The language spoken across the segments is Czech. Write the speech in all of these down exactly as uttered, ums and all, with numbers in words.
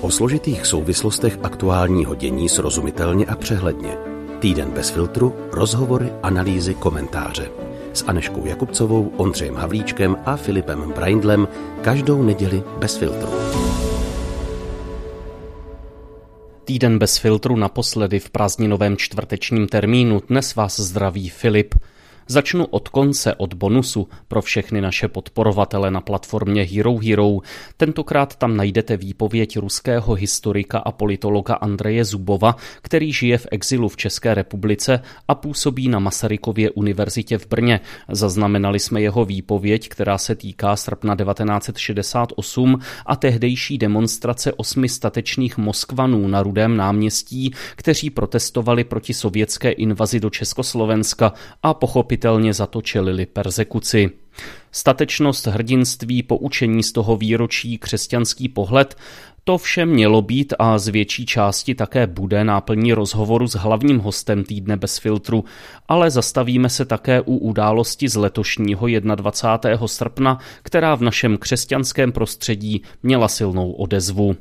O složitých souvislostech aktuálního dění srozumitelně a přehledně. Týden bez filtru, rozhovory, analýzy, komentáře. S Anežkou Jakubcovou, Ondřejem Havlíčkem a Filipem Braindlem každou neděli bez filtru. Týden bez filtru naposledy v prázdninovém čtvrtečním termínu. Dnes vás zdraví Filip. Začnu od konce, od bonusu pro všechny naše podporovatele na platformě Hero Hero. Tentokrát tam najdete výpověď ruského historika a politologa Andreje Zubova, který žije v exilu v České republice a působí na Masarykově univerzitě v Brně. Zaznamenali jsme jeho výpověď, která se týká srpna devatenáct set šedesát osm a tehdejší demonstrace osmi statečných Moskvanů na Rudém náměstí, kteří protestovali proti sovětské invazi do Československa a pochopili za to čelili perzekuci. Statečnost, hrdinství, poučení z toho výročí, křesťanský pohled, to vše mělo být a z větší části také bude náplní rozhovoru s hlavním hostem Týdne bez filtru, ale zastavíme se také u události z letošního dvacátého prvního srpna, která v našem křesťanském prostředí měla silnou odezvu.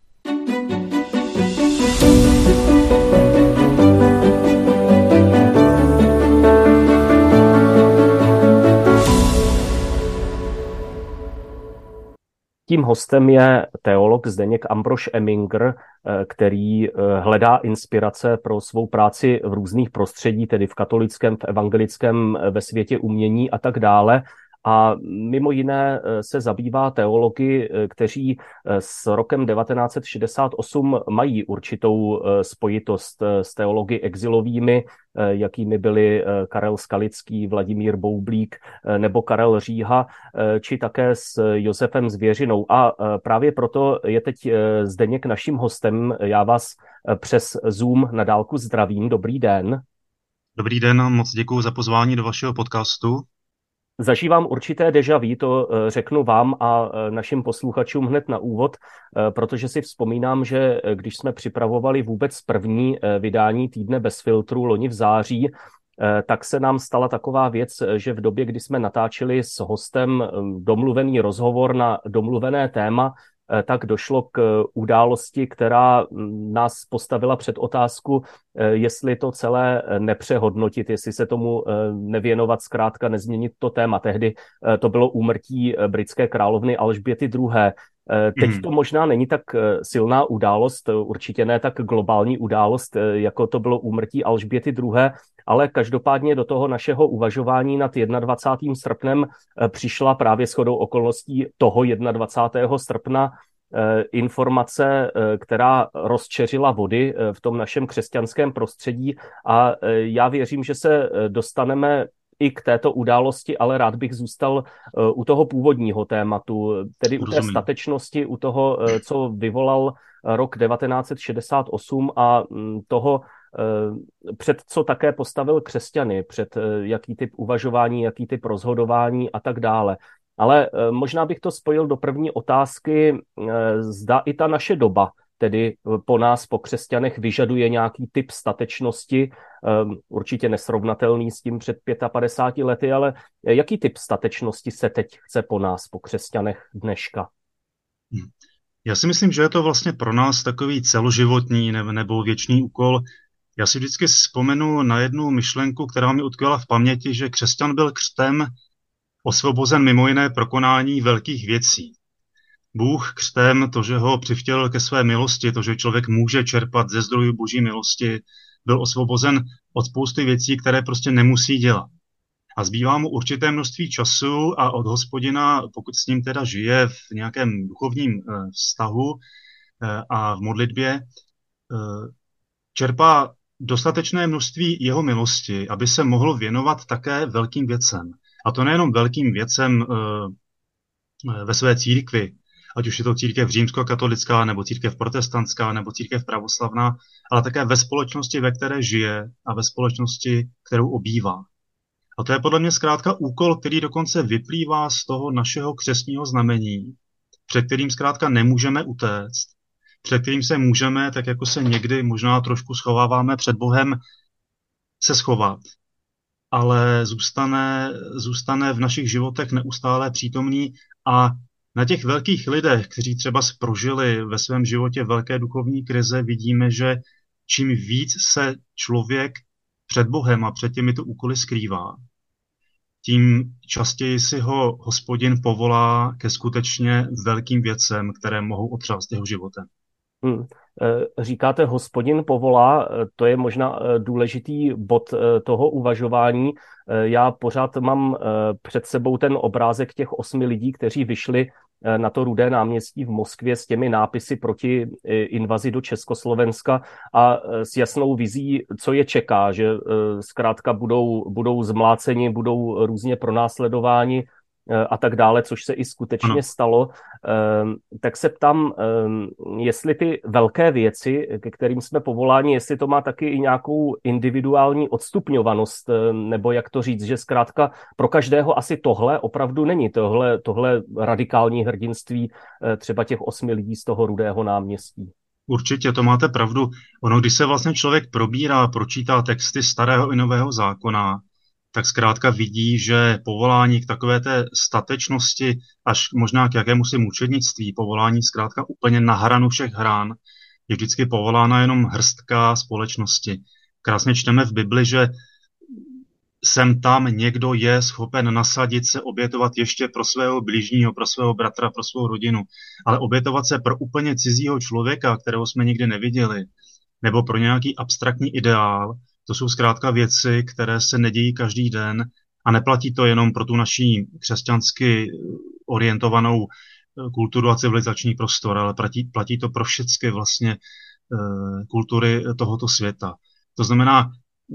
Tím hostem je teolog Zdeněk Ambrož Eminger, který hledá inspirace pro svou práci v různých prostředí, tedy v katolickém, v evangelickém, ve světě umění a tak dále. A mimo jiné se zabývá teology, kteří s rokem devatenáct set šedesát osm mají určitou spojitost s teology exilovými, jakými byli Karel Skalický, Vladimír Boublík nebo Karel Říha, či také s Josefem Zvěřinou. A právě proto je teď Zdeněk naším hostem. Já vás přes Zoom na dálku zdravím. Dobrý den. Dobrý den a moc děkuji za pozvání do vašeho podcastu. Zažívám určité déjà vu, to řeknu vám a našim posluchačům hned na úvod, protože si vzpomínám, že když jsme připravovali vůbec první vydání Týdne bez filtru loni v září, tak se nám stala taková věc, že v době, kdy jsme natáčeli s hostem domluvený rozhovor na domluvené téma, tak došlo k události, která nás postavila před otázku, jestli to celé nepřehodnotit, jestli se tomu nevěnovat, zkrátka nezměnit to téma. Tehdy to bylo úmrtí britské královny Alžběty druhé. Teď to možná není tak silná událost, určitě ne tak globální událost, jako to bylo úmrtí Alžběty druhé, ale každopádně do toho našeho uvažování nad dvacátým prvním srpnem přišla právě shodou okolností toho dvacátého prvního srpna informace, která rozčeřila vody v tom našem křesťanském prostředí a já věřím, že se dostaneme i k této události, ale rád bych zůstal u toho původního tématu, tedy u té statečnosti, u toho, co vyvolal rok devatenáct set šedesát osm a toho, před co také postavil křesťany, před jaký typ uvažování, jaký typ rozhodování a tak dále. Ale možná bych to spojil do první otázky, zda i ta naše doba, tedy po nás, po křesťanech, vyžaduje nějaký typ statečnosti, určitě nesrovnatelný s tím před padesát pěti lety, ale jaký typ statečnosti se teď chce po nás, po křesťanech dneška? Já si myslím, že je to vlastně pro nás takový celoživotní nebo věčný úkol. Já si vždycky vzpomenu na jednu myšlenku, která mi utkvěla v paměti, že křesťan byl křtem osvobozen mimo jiné pro konání velkých věcí. Bůh křtem, to, že ho přivtělil ke své milosti, to, že člověk může čerpat ze zdrojů boží milosti, byl osvobozen od spousty věcí, které prostě nemusí dělat. A zbývá mu určité množství času a od Hospodina, pokud s ním teda žije v nějakém duchovním vztahu a v modlitbě, čerpá dostatečné množství jeho milosti, aby se mohl věnovat také velkým věcem. A to nejenom velkým věcem ve své církvi, ať už je to církev římskokatolická, nebo církev protestantská, nebo církev pravoslavná, ale také ve společnosti, ve které žije a ve společnosti, kterou obývá. A to je podle mě zkrátka úkol, který dokonce vyplývá z toho našeho křestního znamení, před kterým zkrátka nemůžeme utéct, před kterým se můžeme, tak jako se někdy možná trošku schováváme před Bohem, se schovat. Ale zůstane, zůstane v našich životech neustále přítomný a Na těch velkých lidech, kteří třeba prožili ve svém životě velké duchovní krize, vidíme, že čím víc se člověk před Bohem a před těmito úkoly skrývá, tím častěji si ho Hospodin povolá ke skutečně velkým věcem, které mohou otřást jeho životem. Hmm. Říkáte, Hospodin povolá, to je možná důležitý bod toho uvažování. Já pořád mám před sebou ten obrázek těch osmi lidí, kteří vyšli na to Rudé náměstí v Moskvě s těmi nápisy proti invazi do Československa a s jasnou vizí, co je čeká, že zkrátka budou, budou zmláceni, budou různě pronásledováni a tak dále, což se i skutečně ano. stalo. Tak se ptám, jestli ty velké věci, ke kterým jsme povoláni, jestli to má taky i nějakou individuální odstupňovanost, nebo jak to říct, že zkrátka pro každého asi tohle opravdu není, tohle, tohle radikální hrdinství třeba těch osmi lidí z toho Rudého náměstí. Určitě, to máte pravdu. Ono, když se vlastně člověk probírá, pročítá texty Starého i Nového zákona, tak zkrátka vidí, že povolání k takové té statečnosti až možná k jakémusi mučednictví, povolání zkrátka úplně na hranu všech hrán, je vždycky povolána jenom hrstka společnosti. Krásně čteme v Bibli, že sem tam někdo je schopen nasadit se, obětovat ještě pro svého blížního, pro svého bratra, pro svou rodinu, ale obětovat se pro úplně cizího člověka, kterého jsme nikdy neviděli, nebo pro nějaký abstraktní ideál, to jsou zkrátka věci, které se nedějí každý den a neplatí to jenom pro tu naší křesťansky orientovanou kulturu a civilizační prostor, ale platí, platí to pro všechny vlastně uh, kultury tohoto světa. To znamená,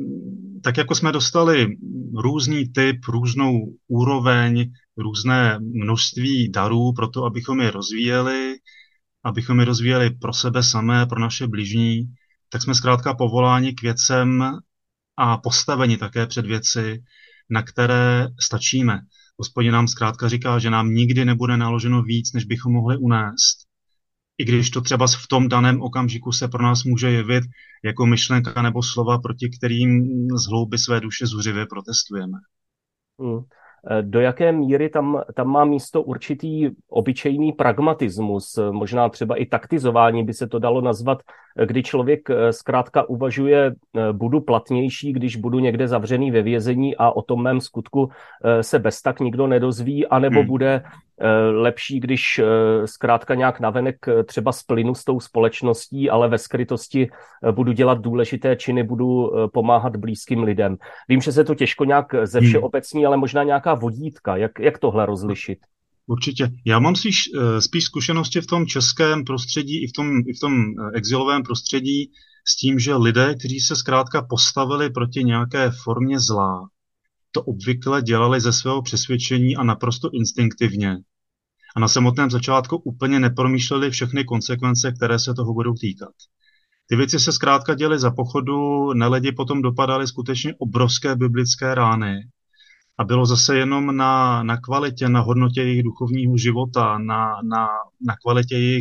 tak jako jsme dostali různý typ, různou úroveň, různé množství darů pro to, abychom je rozvíjeli, abychom je rozvíjeli pro sebe samé, pro naše bližní, tak jsme zkrátka povoláni k věcem a postaveni také před věci, na které stačíme. Hospodin nám zkrátka říká, že nám nikdy nebude naloženo víc, než bychom mohli unést. I když to třeba v tom daném okamžiku se pro nás může jevit jako myšlenka nebo slova, proti kterým z hlouby své duše zuřivě protestujeme. Hmm. Do jaké míry tam, tam má místo určitý obyčejný pragmatismus, možná třeba i taktizování by se to dalo nazvat, kdy člověk zkrátka uvažuje, budu platnější, když budu někde zavřený ve vězení a o tom mém skutku se bez tak nikdo nedozví, anebo hmm. bude lepší, když zkrátka nějak navenek třeba splynu s tou společností, ale ve skrytosti budu dělat důležité činy, budu pomáhat blízkým lidem. Vím, že se to těžko nějak ze všeobecní, ale možná nějaká vodítka. Jak, jak tohle rozlišit? Určitě. Já mám spíš, spíš zkušenosti v tom českém prostředí i v tom, i v tom exilovém prostředí s tím, že lidé, kteří se zkrátka postavili proti nějaké formě zla, to obvykle dělali ze svého přesvědčení a naprosto instinktivně. A na samotném začátku úplně nepromýšleli všechny konsekvence, které se toho budou týkat. Ty věci se zkrátka děly za pochodu, neledi potom dopadaly skutečně obrovské biblické rány. A bylo zase jenom na, na kvalitě, na hodnotě jejich duchovního života, na, na, na kvalitě jejich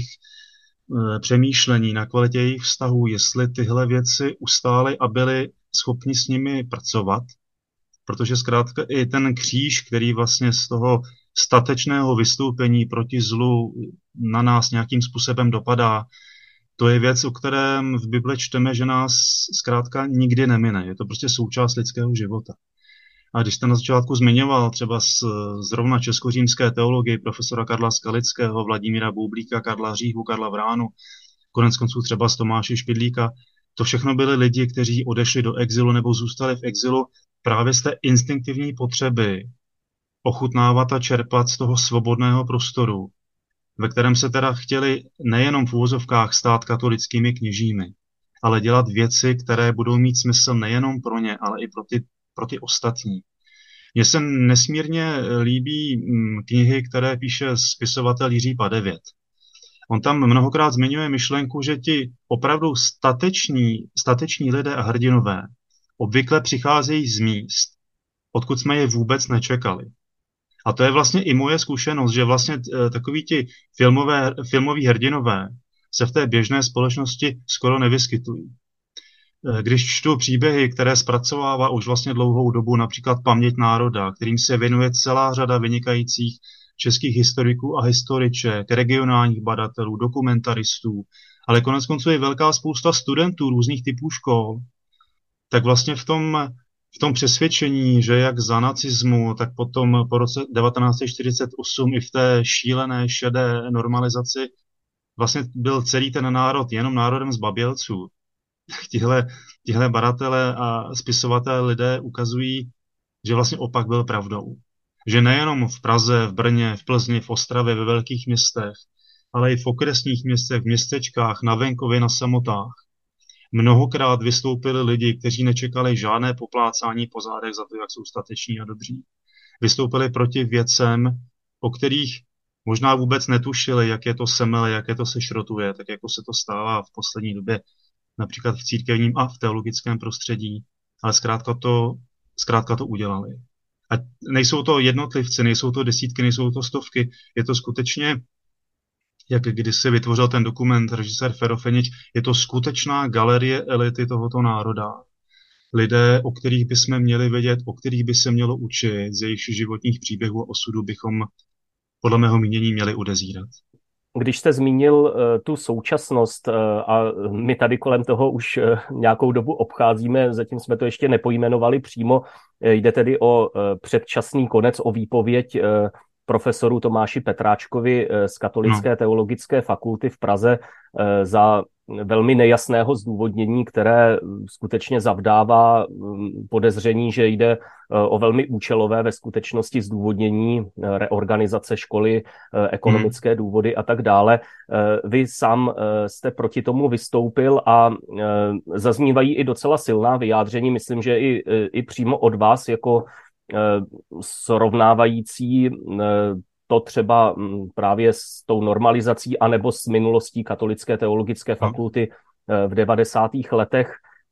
e, přemýšlení, na kvalitě jejich vztahů, jestli tyhle věci ustály a byli schopni s nimi pracovat. Protože zkrátka i ten kříž, který vlastně z toho statečného vystoupení proti zlu na nás nějakým způsobem dopadá, to je věc, o kterém v Bibli čteme, že nás zkrátka nikdy nemine. Je to prostě součást lidského života. A když jste na začátku zmiňoval třeba z, zrovna českořímské teologie profesora Karla Skalického, Vladimíra Boublíka, Karla Říhu, Karla Vránu, konec konců třeba z Tomáše Špidlíka, to všechno byli lidi, kteří odešli do exilu nebo zůstali v exilu právě z té instinktivní potřeby ochutnávat a čerpat z toho svobodného prostoru, ve kterém se teda chtěli nejenom v úvozovkách stát katolickými kněžími, ale dělat věci, které budou mít smysl nejenom pro ně, ale i pro ty, pro ty ostatní. Mně se nesmírně líbí knihy, které píše spisovatel Jiří Padevět. On tam mnohokrát zmiňuje myšlenku, že ti opravdu stateční, stateční lidé a hrdinové obvykle přicházejí z míst, odkud jsme je vůbec nečekali. A to je vlastně i moje zkušenost, že vlastně takoví ti filmové, filmoví hrdinové se v té běžné společnosti skoro nevyskytují. Když čtu příběhy, které zpracovává už vlastně dlouhou dobu, například Paměť národa, kterým se věnuje celá řada vynikajících českých historiků a historiček, regionálních badatelů, dokumentaristů, ale konec konců je velká spousta studentů různých typů škol, tak vlastně v tom, v tom přesvědčení, že jak za nacismu, tak potom po roce devatenáct set čtyřicet osm i v té šílené šedé normalizaci vlastně byl celý ten národ jenom národem zbabělců. Tihle, tihle badatelé a spisovatelé lidé ukazují, že vlastně opak byl pravdou. Že nejenom v Praze, v Brně, v Plzni, v Ostravě, ve velkých městech, ale i v okresních městech, v městečkách, na venkově, na samotách. Mnohokrát vystoupili lidi, kteří nečekali žádné poplácání po zádech za to, jak jsou stateční a dobří. Vystoupili proti věcem, o kterých možná vůbec netušili, jak je to semele, jak je to sešrotuje, tak jako se to stává v poslední době například v církevním a v teologickém prostředí, ale zkrátka to, zkrátka to udělali. A nejsou to jednotlivci, nejsou to desítky, nejsou to stovky, je to skutečně, jak když se vytvořil ten dokument režisér Ferofenič, je to skutečná galerie elity tohoto národa. Lidé, o kterých bychom měli vědět, o kterých by se mělo učit, z jejich životních příběhů a osudu bychom podle mého mínění měli odezírat. Když jste zmínil uh, tu současnost uh, a my tady kolem toho už uh, nějakou dobu obcházíme, zatím jsme to ještě nepojmenovali přímo, uh, jde tedy o uh, předčasný konec, o výpověď uh, profesoru Tomáši Petráčkovi uh, z Katolické no. teologické fakulty v Praze uh, za velmi nejasného zdůvodnění, které skutečně zavdává podezření, že jde o velmi účelové ve skutečnosti zdůvodnění reorganizace školy, ekonomické hmm. důvody a tak dále. Vy sám jste proti tomu vystoupil a zaznívají i docela silná vyjádření, myslím, že i, i přímo od vás jako srovnávající to třeba právě s tou normalizací anebo s minulostí Katolické teologické fakulty v devadesátých letech.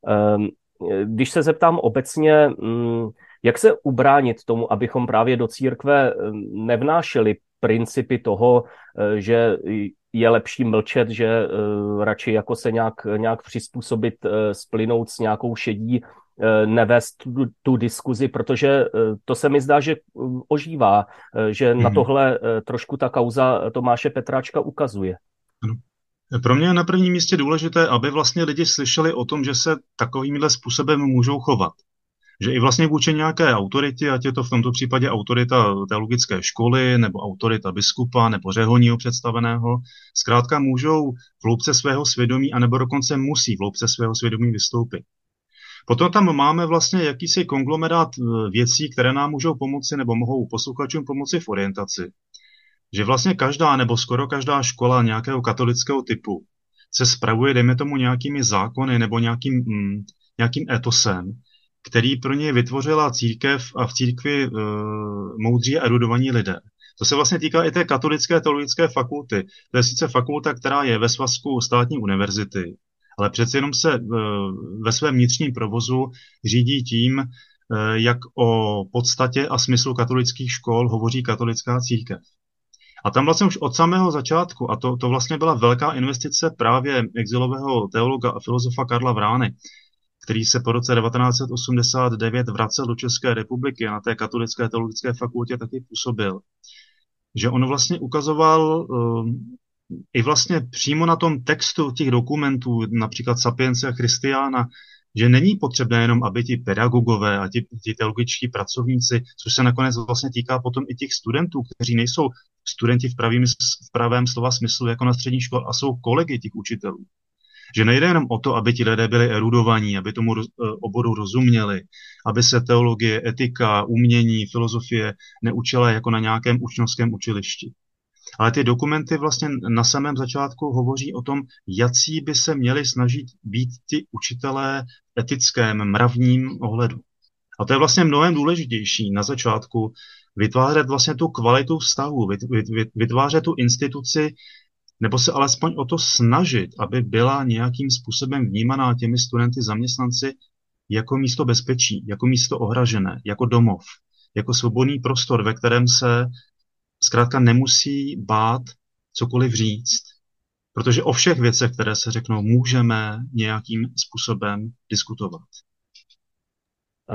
Když se zeptám obecně, jak se ubránit tomu, abychom právě do církve nevnášeli principy toho, že je lepší mlčet, že radši jako se nějak, nějak přizpůsobit, splynout s nějakou šedí, nevést tu, tu diskuzi, protože to se mi zdá, že ožívá, že mm-hmm. na tohle trošku ta kauza Tomáše Petráčka ukazuje. Ano. Pro mě je na prvním místě důležité, aby vlastně lidi slyšeli o tom, že se takovýmhle způsobem můžou chovat. Že i vlastně vůči nějaké autoritě, ať je to v tomto případě autorita teologické školy, nebo autorita biskupa, nebo řeholního představeného, zkrátka můžou v hloubce svého svědomí, anebo dokonce musí v hloubce svého svědomí vystoupit. Potom tam máme vlastně jakýsi konglomerát věcí, které nám můžou pomoci nebo mohou posluchačům pomoci v orientaci. Že vlastně každá nebo skoro každá škola nějakého katolického typu se spravuje, dejme tomu, nějakými zákony nebo nějakým, mm, nějakým etosem, který pro ně vytvořila církev a v církvi e, moudří a erudovaní lidé. To se vlastně týká i té katolické teologické fakulty. To je sice fakulta, která je ve svazku státní univerzity, ale přece jenom se ve svém vnitřním provozu řídí tím, jak o podstatě a smyslu katolických škol hovoří katolická církev. A tam vlastně už od samého začátku, a to, to vlastně byla velká investice právě exilového teologa a filozofa Karla Vrány, který se po roce devatenáct set osmdesát devět vracel do České republiky a na té katolické teologické fakultě taky působil, že on vlastně ukazoval i vlastně přímo na tom textu těch dokumentů, například Sapientia Christiana, že není potřebné jenom, aby ti pedagogové a ti, ti teologičtí pracovníci, což se nakonec vlastně týká potom i těch studentů, kteří nejsou studenti v, pravým, v pravém slova smyslu jako na střední škole a jsou kolegy těch učitelů. Že nejde jenom o to, aby ti lidé byli erudovaní, aby tomu oboru rozuměli, aby se teologie, etika, umění, filozofie neučila jako na nějakém učňovském učilišti. Ale ty dokumenty vlastně na samém začátku hovoří o tom, jací by se měli snažit být ty učitelé v etickém, mravním ohledu. A to je vlastně mnohem důležitější na začátku vytvářet vlastně tu kvalitu vztahu, vytvářet tu instituci, nebo se alespoň o to snažit, aby byla nějakým způsobem vnímaná těmi studenty, zaměstnanci jako místo bezpečí, jako místo ohražené, jako domov, jako svobodný prostor, ve kterém se zkrátka nemusí bát cokoliv říct, protože o všech věcech, které se řeknou, můžeme nějakým způsobem diskutovat.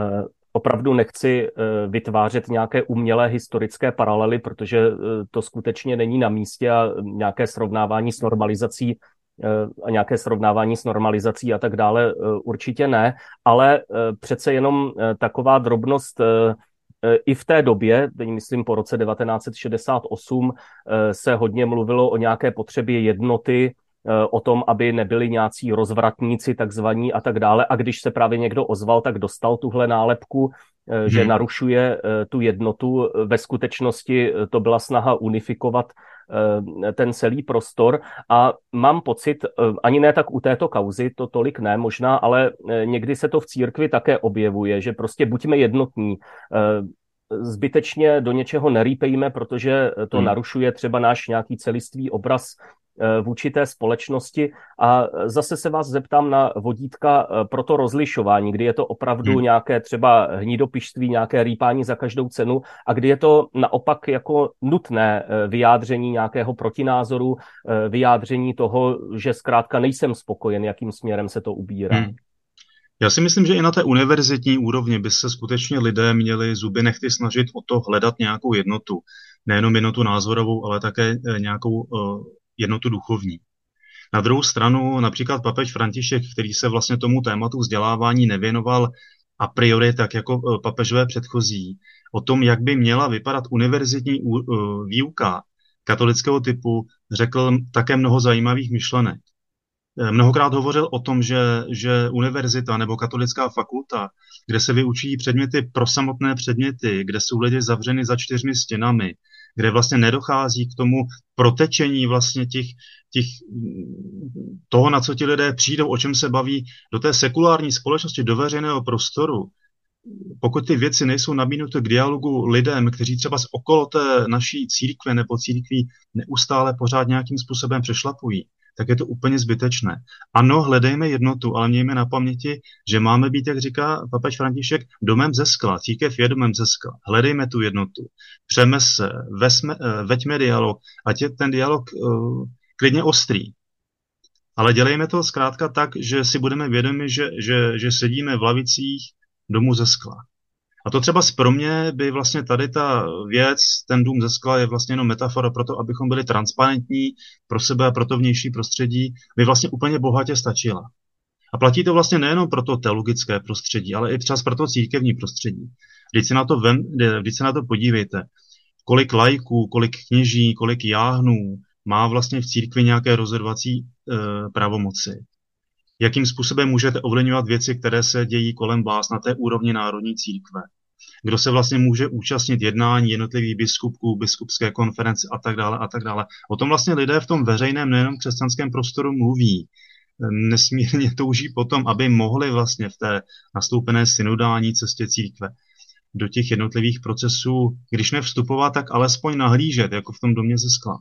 opravdu nechci vytvářet nějaké umělé historické paralely, protože to skutečně není na místě a nějaké srovnávání s normalizací a nějaké srovnávání s normalizací a tak dále určitě ne, ale přece jenom taková drobnost i v té době, teď myslím po roce devatenáct set šedesát osm, se hodně mluvilo o nějaké potřebě jednoty, o tom, aby nebyli nějací rozvratníci takzvaní a tak dále. A když se právě někdo ozval, tak dostal tuhle nálepku, hmm. že narušuje tu jednotu. Ve skutečnosti to byla snaha unifikovat ten celý prostor a mám pocit, ani ne tak u této kauzy, to tolik ne možná, ale někdy se to v církvi také objevuje, že prostě buďme jednotní, zbytečně do něčeho nerýpejme, protože to hmm. narušuje třeba náš nějaký celistvý obraz vůči té společnosti. A zase se vás zeptám na vodítka pro to rozlišování, kdy je to opravdu hmm. nějaké třeba hnídopištství, nějaké rýpání za každou cenu a kdy je to naopak jako nutné vyjádření nějakého protinázoru, vyjádření toho, že zkrátka nejsem spokojen, jakým směrem se to ubírá. Hmm. Já si myslím, že i na té univerzitní úrovni by se skutečně lidé měli zuby nechty snažit o to hledat nějakou jednotu. Nejenom jednotu názorovou, ale také nějakou uh, jednotu duchovní. Na druhou stranu například papež František, který se vlastně tomu tématu vzdělávání nevěnoval a priori tak jako papežové předchozí, o tom, jak by měla vypadat univerzitní výuka katolického typu, řekl také mnoho zajímavých myšlenek. Mnohokrát hovořil o tom, že, že univerzita nebo katolická fakulta, kde se vyučí předměty pro samotné předměty, kde jsou lidi zavřeni za čtyřmi stěnami, kde vlastně nedochází k tomu protečení vlastně těch, těch, toho, na co ti lidé přijdou, o čem se baví, do té sekulární společnosti, do veřejného prostoru. Pokud ty věci nejsou nabídnuty k dialogu lidem, kteří třeba z okolo té naší církve nebo církví neustále pořád nějakým způsobem přešlapují, tak je to úplně zbytečné. Ano, hledejme jednotu, ale mějme na paměti, že máme být, jak říká papež František, domem ze skla. Církev je domem ze skla. Hledejme tu jednotu. Přeme se, vesme, veďme dialog, ať je ten dialog uh, klidně ostrý. Ale dělejme to zkrátka tak, že si budeme vědomi, že, že, že sedíme v lavicích domu ze skla. A to třeba pro mě by vlastně tady ta věc, ten dům ze skla je vlastně jenom metafora pro to, abychom byli transparentní pro sebe a pro to vnější prostředí, by vlastně úplně bohatě stačila. A platí to vlastně nejenom pro to teologické prostředí, ale i třeba pro to církevní prostředí. Vždyť se na to, vem, vždyť se na to podívejte, kolik laiků, kolik kněží, kolik jáhnů má vlastně v církvi nějaké rozhodovací e, pravomoci. Jakým způsobem můžete ovlivňovat věci, které se dějí kolem vás na té úrovni národní církve. Kdo se vlastně může účastnit jednání jednotlivých biskupů, biskupské konference a tak dále a tak dále. O tom vlastně lidé v tom veřejném, nejenom křesťanském prostoru mluví. Nesmírně touží potom, aby mohli vlastně v té nastoupené synodální cestě církve do těch jednotlivých procesů, když nevstupovat, tak alespoň nahlížet, jako v tom domě ze skla.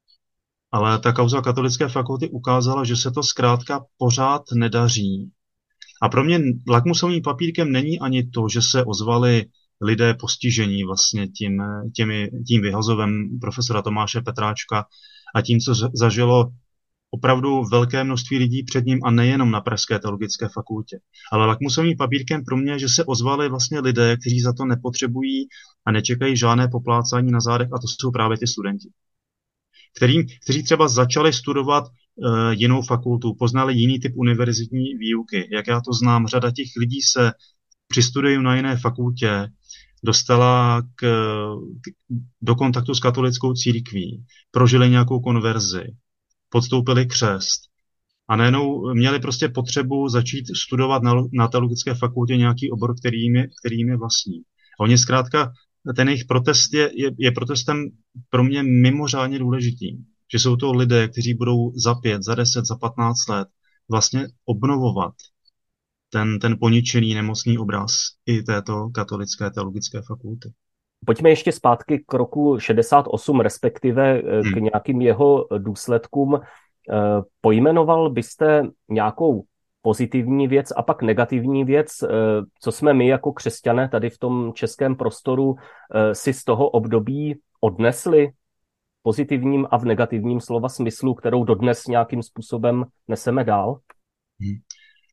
Ale ta kauza katolické fakulty ukázala, že se to zkrátka pořád nedaří. A pro mě lakmusovým papírkem není ani to, že se ozvali lidé postižení vlastně tím, těmi, tím vyhazovem profesora Tomáše Petráčka a tím, co zažilo opravdu velké množství lidí před ním a nejenom na Pražské teologické fakultě. Ale lakmusovým papírkem pro mě, že se ozvali vlastně lidé, kteří za to nepotřebují a nečekají žádné poplácání na zádech, a to jsou právě ty studenti. Kterým, kteří třeba začali studovat uh, jinou fakultu, poznali jiný typ univerzitní výuky. Jak já to znám, řada těch lidí se při studiu na jiné fakultě dostala k, k, do kontaktu s katolickou církví, prožili nějakou konverzi, podstoupili křest a najednou měli prostě potřebu začít studovat na, na teologické fakultě nějaký obor, který jim je, který jim je vlastní. A oni zkrátka ten jejich protest je, je, je protestem pro mě mimořádně důležitý. Že jsou to lidé, kteří budou za pět, za deset, za patnáct let vlastně obnovovat ten, ten poničený nemocný obraz i této katolické teologické fakulty. Pojďme ještě zpátky k roku šedesát osm, respektive k hmm. nějakým jeho důsledkům. Pojmenoval byste nějakou pozitivní věc a pak negativní věc, co jsme my jako křesťané tady v tom českém prostoru si z toho období odnesli pozitivním a v negativním slova smyslu, kterou dodnes nějakým způsobem neseme dál?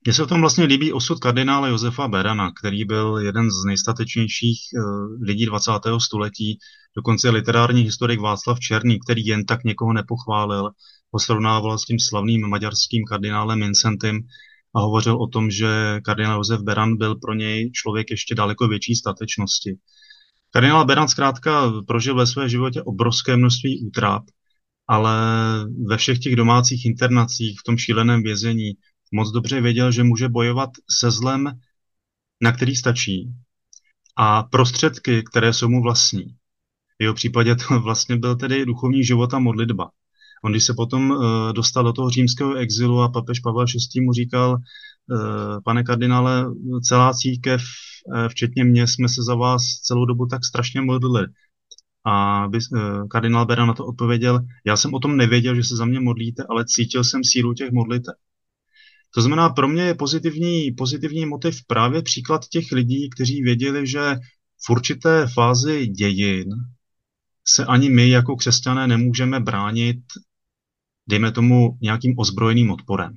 Mně se v tom vlastně líbí osud kardinála Josefa Berana, který byl jeden z nejstatečnějších lidí dvacátého století, dokonce literární historik Václav Černý, který jen tak někoho nepochválil, ho srovnával s tím slavným maďarským kardinálem Vincentem a hovořil o tom, že kardinál Josef Beran byl pro něj člověk ještě daleko větší statečnosti. Kardinál Beran zkrátka prožil ve své životě obrovské množství útrap, ale ve všech těch domácích internacích, v tom šíleném vězení, moc dobře věděl, že může bojovat se zlem, na který stačí, a prostředky, které jsou mu vlastní. V jeho případě to vlastně byl tedy duchovní život a modlitba. On, když se potom uh, dostal do toho římského exilu a papež Pavel šestý. mu říkal, uh, pane kardinále, celá církev, uh, včetně mě, jsme se za vás celou dobu tak strašně modlili. A by, uh, kardinál Beran na to odpověděl, já jsem o tom nevěděl, že se za mě modlíte, ale cítil jsem sílu těch modlitev. To znamená, pro mě je pozitivní, pozitivní motiv právě příklad těch lidí, kteří věděli, že v určité fázi dějin se ani my jako křesťané nemůžeme bránit, dejme tomu, nějakým ozbrojeným odporem.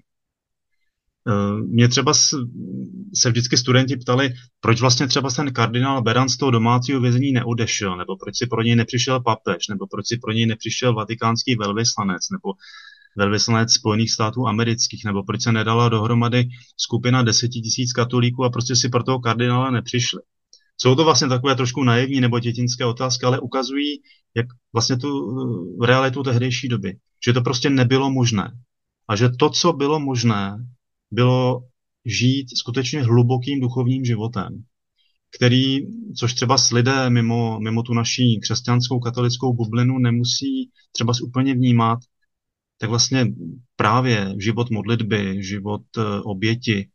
Mě třeba se vždycky studenti ptali, proč vlastně třeba ten kardinál Beran z toho domácího vězení neodešel, nebo proč si pro něj nepřišel papež, nebo proč si pro něj nepřišel vatikánský velvyslanec, nebo velvyslanec Spojených států amerických, nebo proč se nedala dohromady skupina deseti tisíc katolíků a prostě si pro toho kardinála nepřišli. Jsou to vlastně takové trošku naivní nebo dětinské otázky, ale ukazují, jak vlastně tu realitu tehdejší doby. Že to prostě nebylo možné. A že to, co bylo možné, bylo žít skutečně hlubokým duchovním životem, který, což třeba s lidé mimo, mimo tu naší křesťanskou katolickou bublinu nemusí třeba úplně vnímat, tak vlastně právě život modlitby, život oběti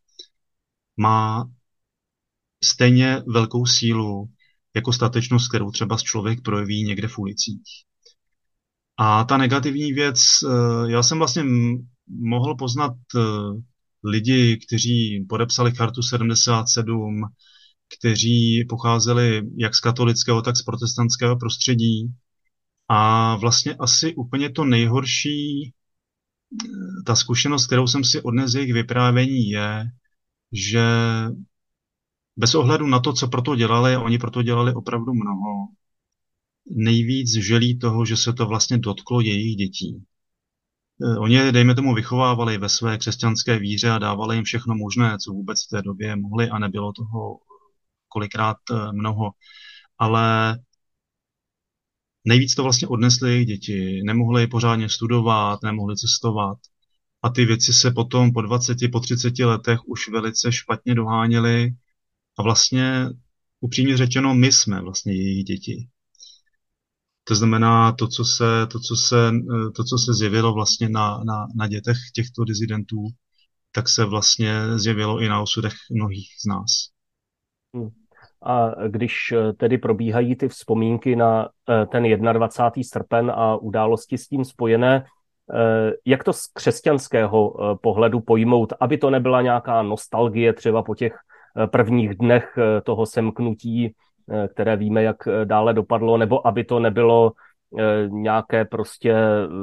má stejně velkou sílu jako statečnost, kterou třeba člověk projeví někde v ulicích. A ta negativní věc, já jsem vlastně mohl poznat lidi, kteří podepsali Chartu sedmdesát sedm, kteří pocházeli jak z katolického, tak z protestantského prostředí. A vlastně asi úplně to nejhorší, ta zkušenost, kterou jsem si odnesl jejich vyprávění, je, že bez ohledu na to, co proto dělali, oni proto dělali opravdu mnoho, nejvíc želí toho, že se to vlastně dotklo jejich dětí. Oni je, dejme tomu, vychovávali ve své křesťanské víře a dávali jim všechno možné, co vůbec v té době mohli, a nebylo toho kolikrát mnoho. Ale nejvíc to vlastně odnesly jejich děti. Nemohli pořádně studovat, nemohli cestovat. A ty věci se potom po dvaceti, po třiceti letech už velice špatně doháněly. A vlastně, upřímně řečeno, my jsme vlastně jejich děti. To znamená, to, co se, to, co se, to, co se zjevilo vlastně na, na, na dětech těchto disidentů, tak se vlastně zjevilo i na osudech mnohých z nás. Hmm. A když tedy probíhají ty vzpomínky na ten dvacátého prvního srpen a události s tím spojené, jak to z křesťanského pohledu pojmout, aby to nebyla nějaká nostalgie třeba po těch prvních dnech toho semknutí, které víme, jak dále dopadlo, nebo aby to nebylo nějaké prostě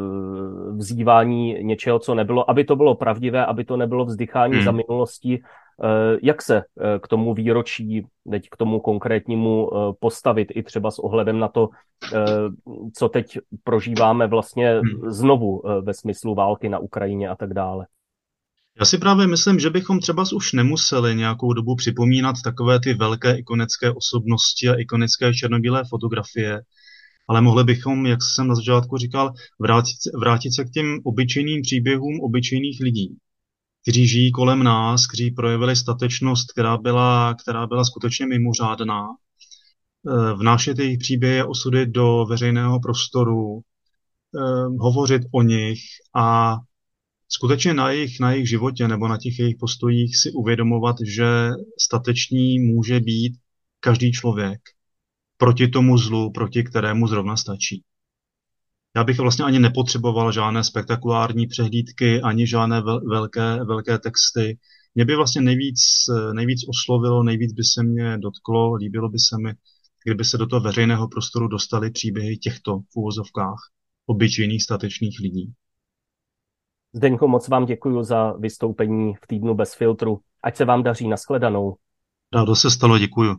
vzývání něčeho, co nebylo, aby to bylo pravdivé, aby to nebylo vzdychání hmm. za minulostí. Jak se k tomu výročí, teď k tomu konkrétnímu postavit i třeba s ohledem na to, co teď prožíváme vlastně znovu ve smyslu války na Ukrajině a tak dále? Já si právě myslím, že bychom třeba už nemuseli nějakou dobu připomínat takové ty velké ikonické osobnosti a ikonické černobílé fotografie, ale mohli bychom, jak jsem na začátku říkal, vrátit, vrátit se k těm obyčejným příběhům obyčejných lidí, kteří žijí kolem nás, kteří projevili statečnost, která byla, která byla skutečně mimořádná. Vnášet jejich příběhy a osudy do veřejného prostoru, hovořit o nich a skutečně na jejich, na jejich životě nebo na těch jejich postojích si uvědomovat, že statečný může být každý člověk proti tomu zlu, proti kterému zrovna stačí. Já bych vlastně ani nepotřeboval žádné spektakulární přehlídky, ani žádné velké, velké texty. Mě by vlastně nejvíc, nejvíc oslovilo, nejvíc by se mě dotklo, líbilo by se mi, kdyby se do toho veřejného prostoru dostaly příběhy těchto v uvozovkách obyčejných statečných lidí. Zdeňko, moc vám děkuji za vystoupení v Týdnu bez filtru. Ať se vám daří, nashledanou. Rádo se stalo, děkuju.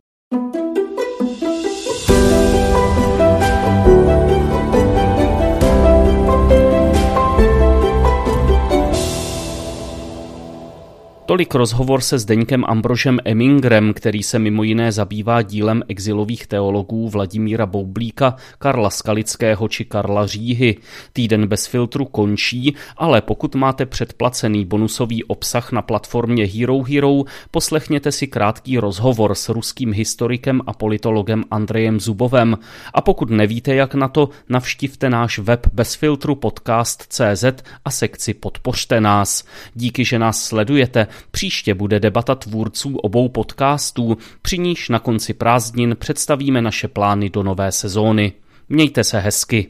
Tolik rozhovor se Zdeňkem Ambrožem Emingrem, který se mimo jiné zabývá dílem exilových teologů Vladimíra Boublíka, Karla Skalického či Karla Říhy. Týden bez filtru končí, ale pokud máte předplacený bonusový obsah na platformě Hero Hero, poslechněte si krátký rozhovor s ruským historikem a politologem Andrejem Zubovem. A pokud nevíte, jak na to, navštivte náš web bezfiltru podcast tečka cé zet a sekci Podpořte nás. Díky, že nás sledujete. Příště bude debata tvůrců obou podcastů, při níž na konci prázdnin představíme naše plány do nové sezóny. Mějte se hezky.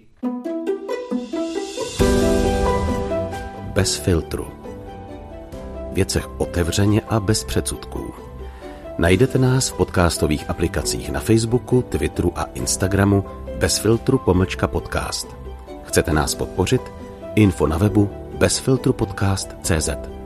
Bez filtru. Věcech otevřeně a bez předsudků. Najdete nás v podcastových aplikacích na Facebooku, Twitteru a Instagramu bezfiltru pomlčka podcast. Chcete nás podpořit? Info na webu bezfiltrupodcast tečka cé zet.